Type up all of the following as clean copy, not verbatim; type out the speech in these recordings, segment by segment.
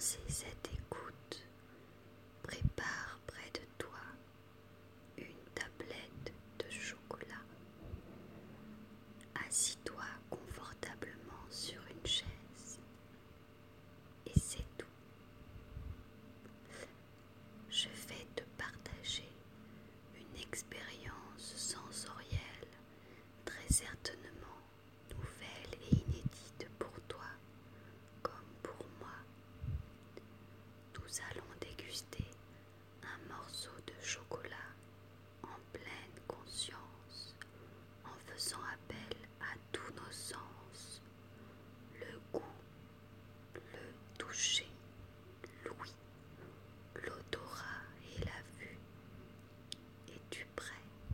commencer cette écoute, prépare près de toi une tablette de chocolat. Assis-toi confortablement sur une chaise et c'est tout. Je vais te partager une expérience sensorielle très certainement nouvelle et inédite pour toi comme pour moi. Nous allons déguster un morceau de chocolat en pleine conscience, en faisant appel à tous nos sens, le goût, le toucher, l'ouïe, l'odorat et la vue. Es-tu prêt?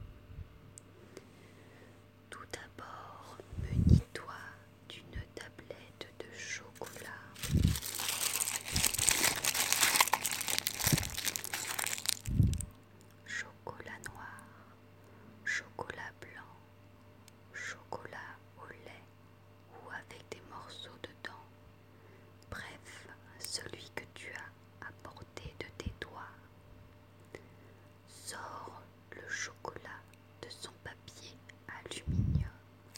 Tout d'abord, munis-toi d'une tablette de chocolat. Chocolat noir, chocolat blanc, chocolat au lait ou avec des morceaux dedans. Bref, celui que tu as à portée de tes doigts. Sors le chocolat de son papier aluminium.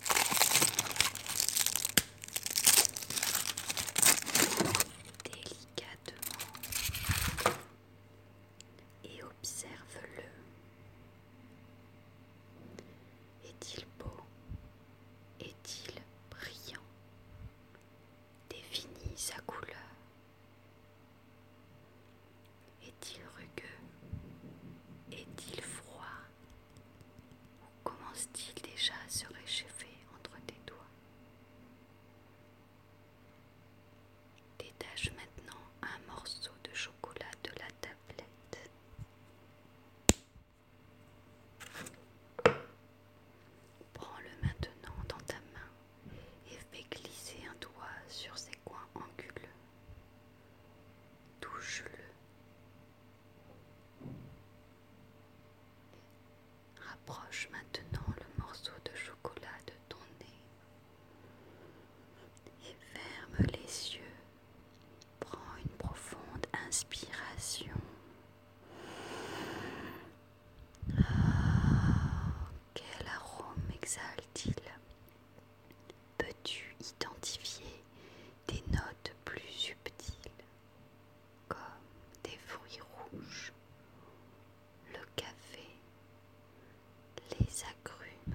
Délicatement et observe-le. Est-il beau? Est-il brillant? Définis sa couleur. Est-il rugueux? Est-il froid? Ou commence-t-il déjà à se réchauffer entre tes doigts? Détache maintenant un morceau de chocolat de la tablette. Prends-le maintenant dans ta main et fais glisser un doigt sur ses coins anguleux. Touche-le. Rapproche maintenant le morceau de chocolat de ton nez et ferme les yeux. Prends une profonde inspiration. Quel arôme exhale-t-il? Peux-tu identifier des notes plus subtiles, comme des fruits rouges, le café, les agrumes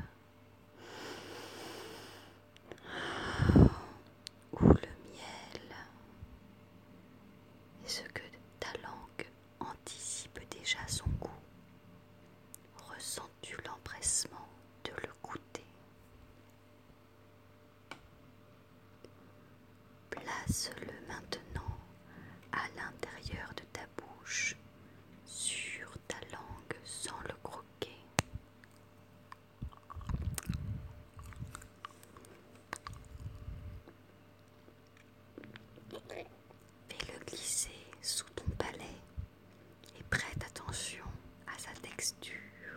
ou le miel? Est-ce que ta langue anticipe déjà son goût? Ressens-tu l'empressement de le goûter? Place-le maintenant à l'intérieur de ta bouche, sur ta langue sans le croquer. Fais-le glisser sous ton palais et prête attention à sa texture.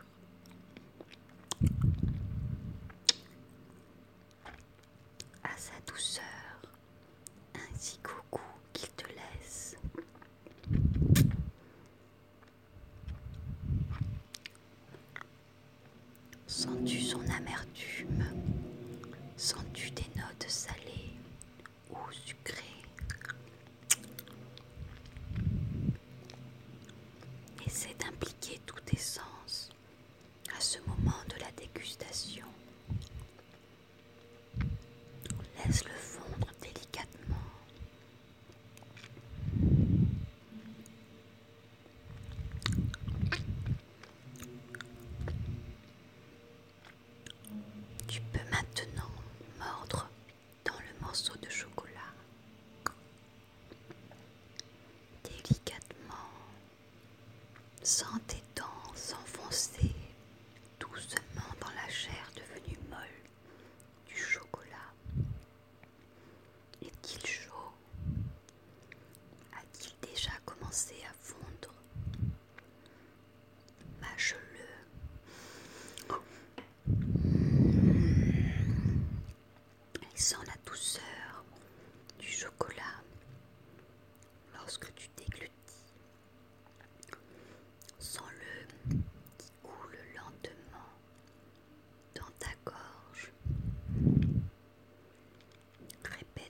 À sa douceur, ainsi qu'au goût qu'il te laisse. Sens-tu son amertume? Sens-tu des notes salées ou sucrées? Essaie d'impliquer tous tes sens à ce moment de la dégustation. Laisse-le fondre délicatement. Tu peux maintenant mordre dans le morceau de chocolat. Délicatement, sens tes dents s'enfoncer doucement dans la chair devenue molle du chocolat. Est-il chaud? A-t-il déjà commencé à fondre? Mâche-le. Et sens la douceur du chocolat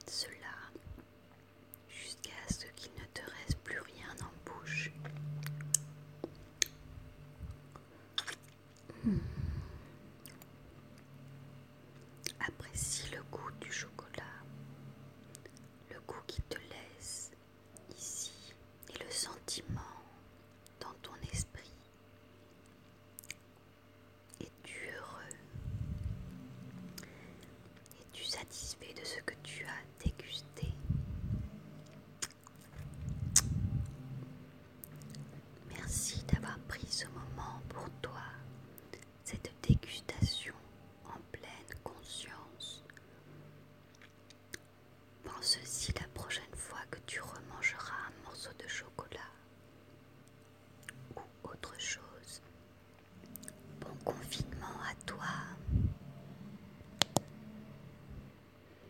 cela